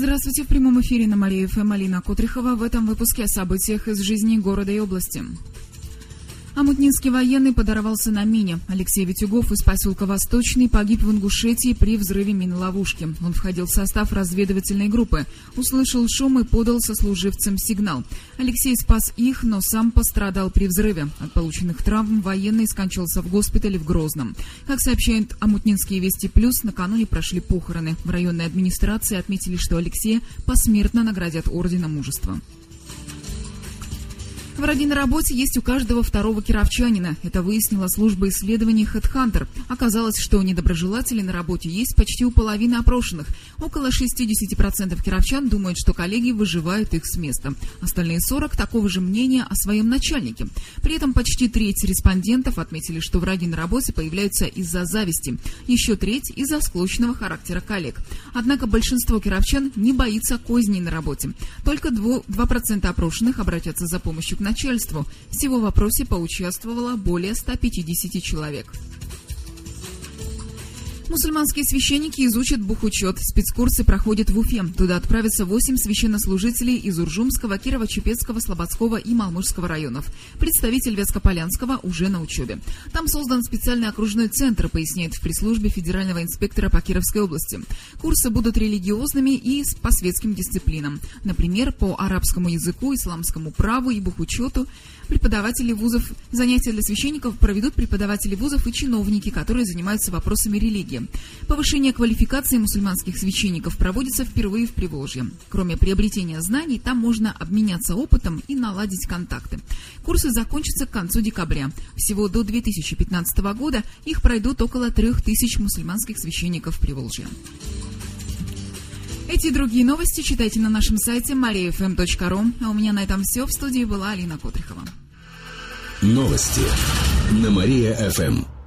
Здравствуйте, в прямом эфире на Мария ФМ Алина Котрихова. В этом выпуске о событиях из жизни города и области. Омутнинский военный подорвался на мине. Алексей Витюгов из поселка Восточный погиб в Ингушетии при взрыве миноловушки. Он входил в состав разведывательной группы. Услышал шум и подал сослуживцам сигнал. Алексей спас их, но сам пострадал при взрыве. От полученных травм военный скончался в госпитале в Грозном. Как сообщает Омутнинские Вести Плюс, накануне прошли похороны. В районной администрации отметили, что Алексея посмертно наградят орденом Мужества. Враги на работе есть у каждого второго кировчанина. Это выяснила служба исследований HeadHunter. Оказалось, что недоброжелателей на работе есть почти у половины опрошенных. Около 60% кировчан думают, что коллеги выживают их с места. Остальные 40% такого же мнения о своем начальнике. При этом почти треть респондентов отметили, что враги на работе появляются из-за зависти. Еще треть – из-за склочного характера коллег. Однако большинство кировчан не боится козней на работе. Только 2% опрошенных обратятся за помощью к начальству. Всего в опросе поучаствовало более 150 человек. Мусульманские священники изучат бухучет. Спецкурсы проходят в Уфе. Туда отправятся 8 священнослужителей из Уржумского, Кирово-Чепецкого, Слободского и Малмышского районов. Представитель Вязкополянского уже на учебе. Там создан специальный окружной центр, поясняет в пресс-службе федерального инспектора по Кировской области. Курсы будут религиозными и по светским дисциплинам. Например, по арабскому языку, исламскому праву и бухучету. Преподаватели вузов, занятия для священников проведут преподаватели вузов и чиновники, которые занимаются вопросами религии. Повышение квалификации мусульманских священников проводится впервые в Приволжье. Кроме приобретения знаний, там можно обменяться опытом и наладить контакты. Курсы закончатся к концу декабря. Всего до 2015 года их пройдут около 3000 мусульманских священников Приволжья. Эти и другие новости читайте на нашем сайте mariafm.ru. А у меня на этом все. В студии была Алина Котрихова. Новости на Мария ФМ.